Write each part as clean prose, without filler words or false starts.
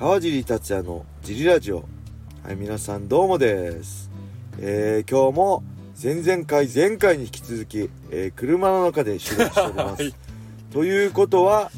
川尻達也のジリラジオ。はい、皆さんどうもです。今日も前々回に引き続き、車の中で収録しております、はい、ということは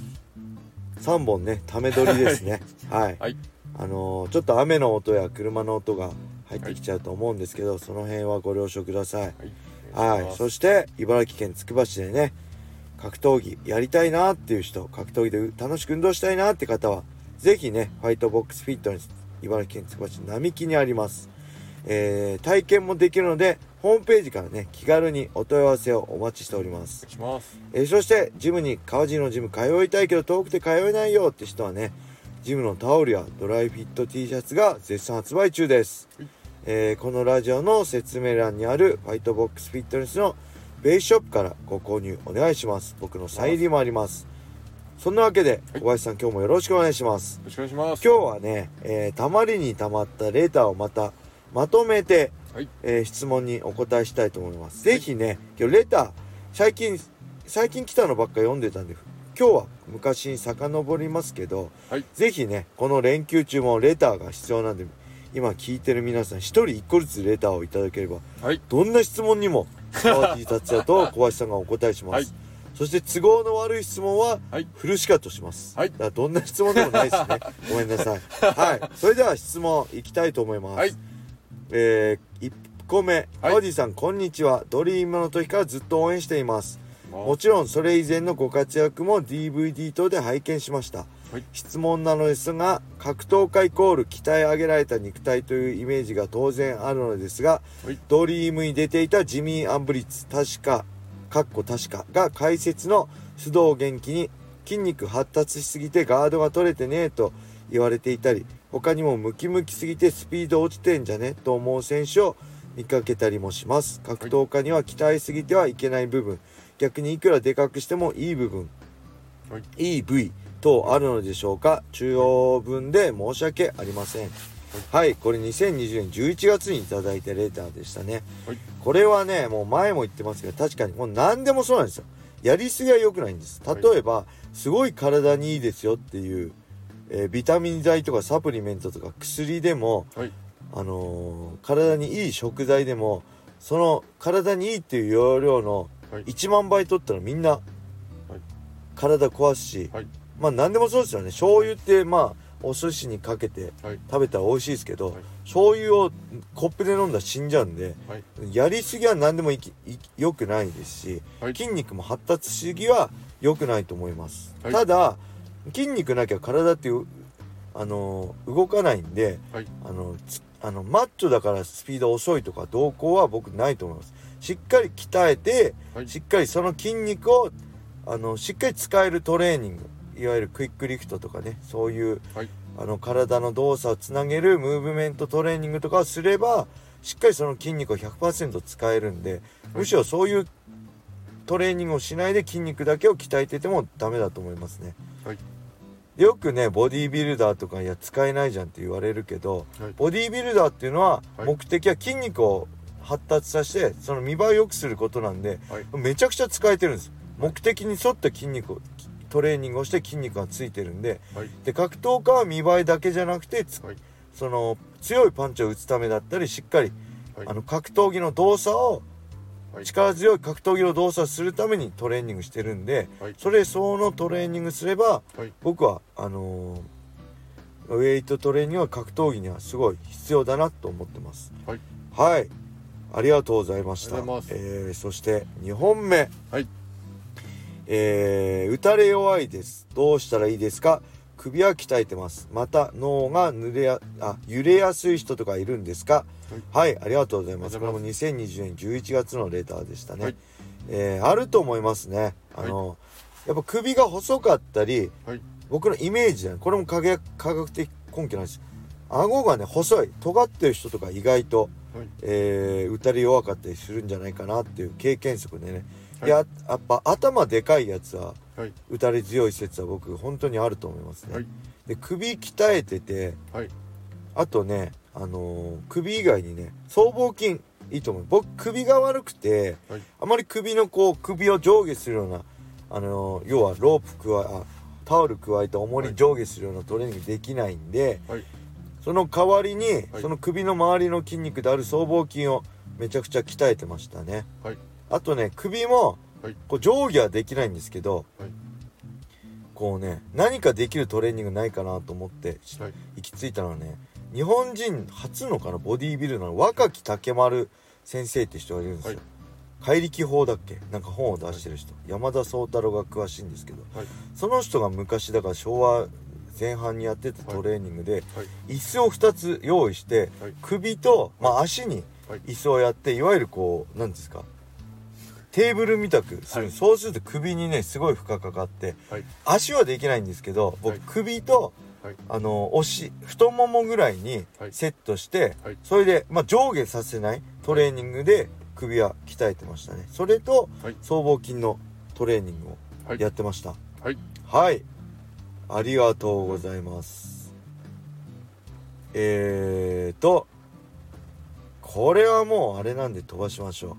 3本ねため撮りですねはい、はい、ちょっと雨の音や車の音が入ってきちゃうと思うんですけど、その辺はご了承ください。はい、そして茨城県つくば市でね格闘技やりたいなっていう人、格闘技で楽しく運動したいなって方はぜひねファイトボックスフィットネス茨城県つくば市並木にあります。体験もできるのでホームページからね気軽にお問い合わせをお待ちしております。そして川尻のジム通いたいけど遠くて通えないよって人はねジムのタオルやドライフィット T シャツが絶賛発売中です。このラジオの説明欄にあるファイトボックスフィットネスのベースショップからご購入お願いします。僕のサイン入りもあります。そんなわけで小林さん、今日もよろしくお願いします。 よろしくお願いします。 今日はね、たまりにたまったレターをまとめて、質問にお答えしたいと思います。ぜひね今日レター最近来たのばっか読んでたんで今日は昔に遡りますけど、ぜひねこの連休中もレターが必要なんで今聞いてる皆さん一人一個ずつレターをいただければ、どんな質問にも川尻達也と小林さんがお答えします、そして都合の悪い質問はフルシカットします、だからどんな質問でもないですねごめんなさいそれでは質問いきたいと思います、1個目、川尻さんこんにちは。ドリームの時からずっと応援しています。もちろんそれ以前のご活躍も DVD 等で拝見しました、質問なのですが、格闘家イコール鍛え上げられた肉体というイメージが当然あるのですが、ドリームに出ていたジミー・アンブリッツ確かが解説の須藤元気に筋肉発達しすぎてガードが取れてねえと言われていたり、他にもムキムキすぎてスピード落ちてんじゃねと思う選手を見かけたりもします。格闘家には鍛えすぎてはいけない部分、逆にいくらでかくしてもいい部分、いい部位等あるのでしょうか。中央分で申し訳ありません。これ2020年11月にいただいたレターでしたね、これはねもう前も言ってますけど確かにもう何でもそうなんですよ。やりすぎは良くないんです。例えば、すごい体にいいですよっていう、ビタミン剤とかサプリメントとか薬でも、体にいい食材でもその体にいいっていう容量の1万倍取ったらみんな体壊すし、まあ何でもそうですよね。醤油ってお寿司にかけて食べたら美味しいですけど、醤油をコップで飲んだら死んじゃうんで、やりすぎは何でも良くないですし、筋肉も発達しすぎは良くないと思います、ただ筋肉なきゃ体って動かないんで、マッチョだからスピード遅いとか動向は僕ないと思います。しっかり鍛えて、しっかりその筋肉をしっかり使えるトレーニング、いわゆるクイックリフトとかね、そういう、体の動作をつなげるムーブメントトレーニングとかをすればしっかりその筋肉を 100% 使えるんで、むしろそういうトレーニングをしないで筋肉だけを鍛えててもダメだと思いますね、よくねボディービルダーとかいや使えないじゃんって言われるけど、ボディービルダーっていうのは目的は筋肉を発達させてその見栄えを良くすることなんで、めちゃくちゃ使えてるんです。目的に沿った筋肉をトレーニングをして筋肉がついてるんで、で格闘家は見栄えだけじゃなくて、その強いパンチを打つためだったりしっかり、格闘技の動作を、力強い格闘技の動作をするためにトレーニングしてるんで、そのトレーニングすれば、僕はウェイトトレーニングは格闘技にはすごい必要だなと思ってます。ありがとうございました。そして2本目、打たれ弱いです。どうしたらいいですか？首は鍛えてます。また脳が揺れやすい人とかいるんですか？ありがとうございます。これも2020年11月のレターでしたね、あると思いますね。やっぱ首が細かったり、僕のイメージでこれも科学的根拠なんです。顎がね細い尖ってる人とか意外と、打たれ弱かったりするんじゃないかなっていう経験則でね、やっぱ頭でかいやつは、打たれ強い説は僕本当にあると思いますね、で首鍛えてて、あとね首以外にね僧帽筋いいと思う。僕首が悪くて、あまり首を上下するような要はロープタオル加えて重り上下するようなトレーニングできないんで、 はい、 その代わりに、 はい、 その首の周りの筋肉である僧帽筋をめちゃくちゃ鍛えてましたね。 はい、 あとね、首も、 はい、 こう上下はできないんですけど、 はい、 こうね、何かできるトレーニングないかなと思って、 はい、 行き着いたのはね、日本人初のかなボディービルダーの若木竹丸先生って人がいるんですよ。怪力法だっけ、なんか本を出してる人、山田宗太郎が詳しいんですけど、その人が昔だから昭和前半にやってたトレーニングで、椅子を2つ用意して、首と、足に椅子をやって、いわゆるこう、なんですか、テーブルみたくする、そうすると首にねすごい負荷かかって、足はできないんですけど、僕首と、太ももぐらいにセットして、それで、上下させないトレーニングで首は鍛えてましたね。それと、僧帽筋のトレーニングをやってました。はい、ありがとうございます。これはもうあれなんで飛ばしましょう。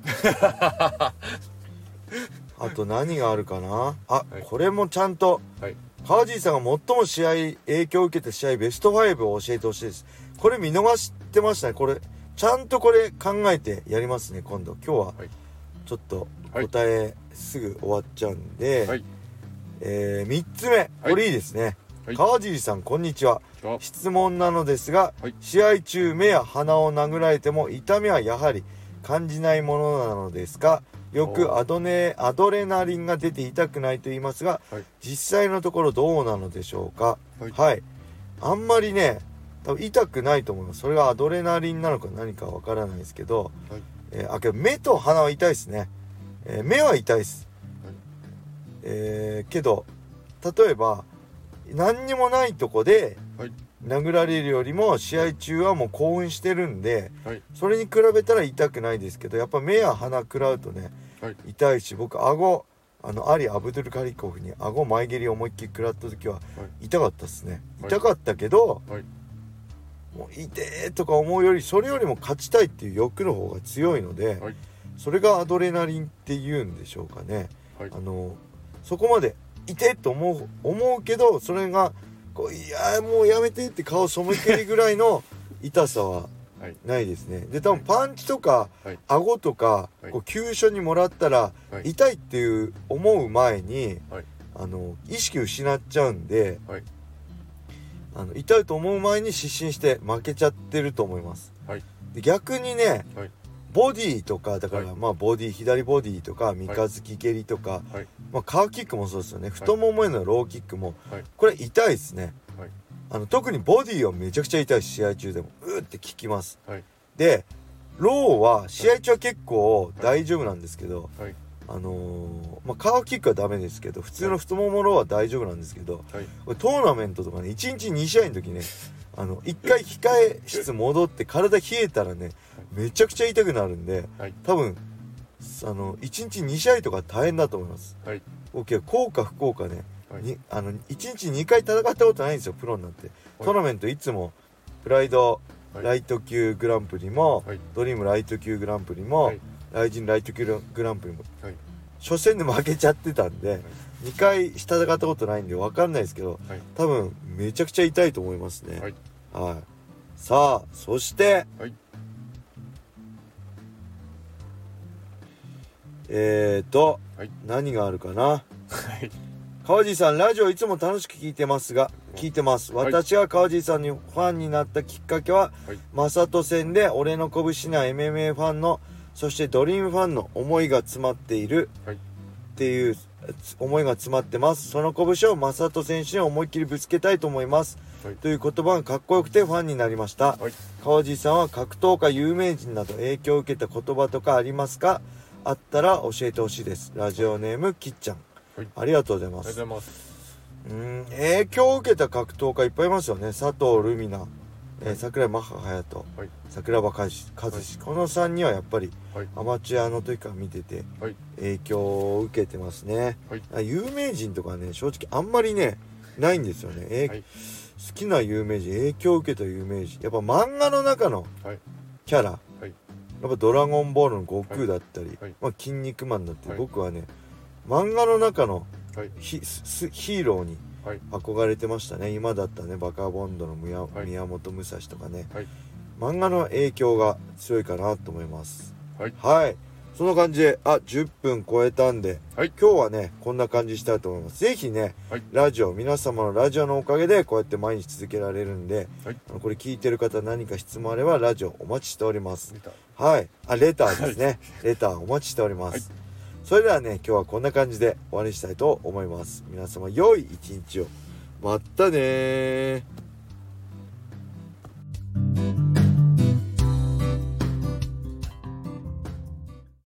あと何があるかな。これもちゃんと、川尻さんが最も影響を受けた試合ベスト5を教えてほしいです。これ見逃してましたね。これちゃんとこれ考えてやりますね今度。今日はちょっと答えすぐ終わっちゃうんで、3つ目、これいいですね。川尻さんこんにちは。質問なのですが、試合中目や鼻を殴られても痛みはやはり感じないものなのですか？よくアドレナリンが出て痛くないと言いますが、実際のところどうなのでしょうか？あんまりね多分痛くないと思います。それがアドレナリンなのか何かわからないですけど、けど目と鼻は痛いですね。目は痛いです。けど例えば何にもないとこで殴られるよりも試合中はもう興奮してるんで、それに比べたら痛くないですけど、やっぱ目や鼻食らうとね、痛いし、僕顎アリ・アブドゥル・カリコフに顎前蹴り思いっきり食らった時は痛かったですね。痛かったけど、もう痛えとか思うより、それよりも勝ちたいっていう欲の方が強いので、それがアドレナリンっていうんでしょうかね。そこまで痛えと思うけど、それがこういやもうやめてって顔背けるぐらいの痛さはないですね。で多分パンチとか顎とかこう急所にもらったら痛いっていう思う前に意識失っちゃうんで、痛いと思う前に失神して負けちゃってると思います。で逆にね、ボディとかだから、ボディ左ボディとか三日月蹴りとか、カーキックもそうですよね。太ももへのローキックも、これ痛いですね。特にボディはめちゃくちゃ痛いし、試合中でもうーって効きます。でローは試合中は結構大丈夫なんですけど、カーキックはダメですけど、普通の太ももローは大丈夫なんですけど、これトーナメントとかね、1日2試合の時ね、1回控え室戻って体冷えたらね、めちゃくちゃ痛くなるんで、多分1日2試合とか大変だと思います。僕は効か不効かね、1日2回戦ったことないんですよ、プロになって。トーナメントいつもプライドライト級グランプリも、ドリームライト級グランプリも、ライジンライト級グランプリも、初戦で負けちゃってたんで、2回戦ったことないんで分かんないですけど、多分めちゃくちゃ痛いと思いますね。さあそして、何があるかな。川尻さん、ラジオいつも楽しく聞いてます。私が川尻さんにファンになったきっかけは、マサト戦で俺の拳な MMA ファンの、そしてドリームファンの思いが詰まっているっていう思いが詰まってます。その拳をマサト選手に思いっきりぶつけたいと思います、という言葉がかっこよくてファンになりました。川尻さんは格闘家有名人など影響を受けた言葉とかありますか？あったら教えてほしいです。ラジオネームきっちゃん、ありがとうございます。影響を受けた格闘家いっぱいいますよね。佐藤ルミナ、桜井マッハ隼人、桜庭和志、この3人はやっぱりアマチュアの時から見てて影響を受けてますね。有名人とかね、正直あんまりねないんですよね。好きな有名人、影響を受けた有名人、やっぱ漫画の中のキャラ、やっぱドラゴンボールの悟空だったり、筋肉マンだったり、僕はね漫画の中のヒーローに憧れてましたね。今だったらねバカボンドの宮本武蔵とかね、漫画の影響が強いかなと思います。はい、そんな感じで10分超えたんで、今日はねこんな感じしたいと思います。ぜひね、ラジオ、皆様のラジオのおかげでこうやって毎日続けられるんで、これ聞いてる方何か質問あればラジオお待ちしております。レターですね、レターお待ちしております。それではね、今日はこんな感じで終わりにしたいと思います。皆様良い一日を。またねー。